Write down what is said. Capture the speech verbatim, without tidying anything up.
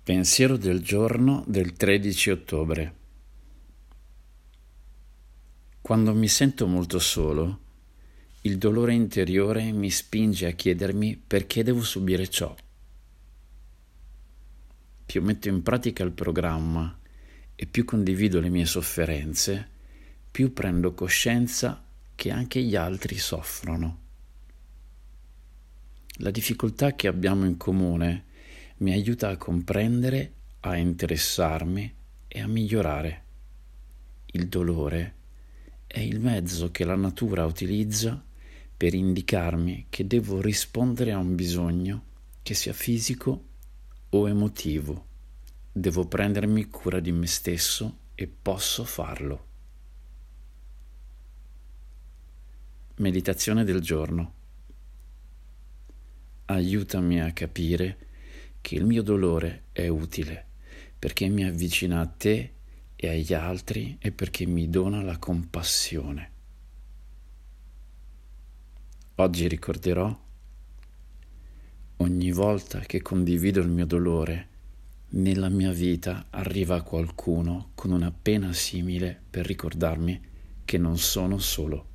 Pensiero del giorno del tredici ottobre. Quando mi sento molto solo, il dolore interiore mi spinge a chiedermi perché devo subire ciò. Più metto in pratica il programma e più condivido le mie sofferenze, più prendo coscienza che anche gli altri soffrono. La difficoltà che abbiamo in comune mi aiuta a comprendere, a interessarmi e a migliorare. Il dolore è il mezzo che la natura utilizza per indicarmi che devo rispondere a un bisogno, che sia fisico o emotivo. Devo prendermi cura di me stesso e posso farlo. Meditazione del giorno. Aiutami a capire che il mio dolore è utile perché mi avvicina a te e agli altri e perché mi dona la compassione. Oggi ricorderò: ogni volta che condivido il mio dolore, nella mia vita arriva qualcuno con una pena simile per ricordarmi che non sono solo.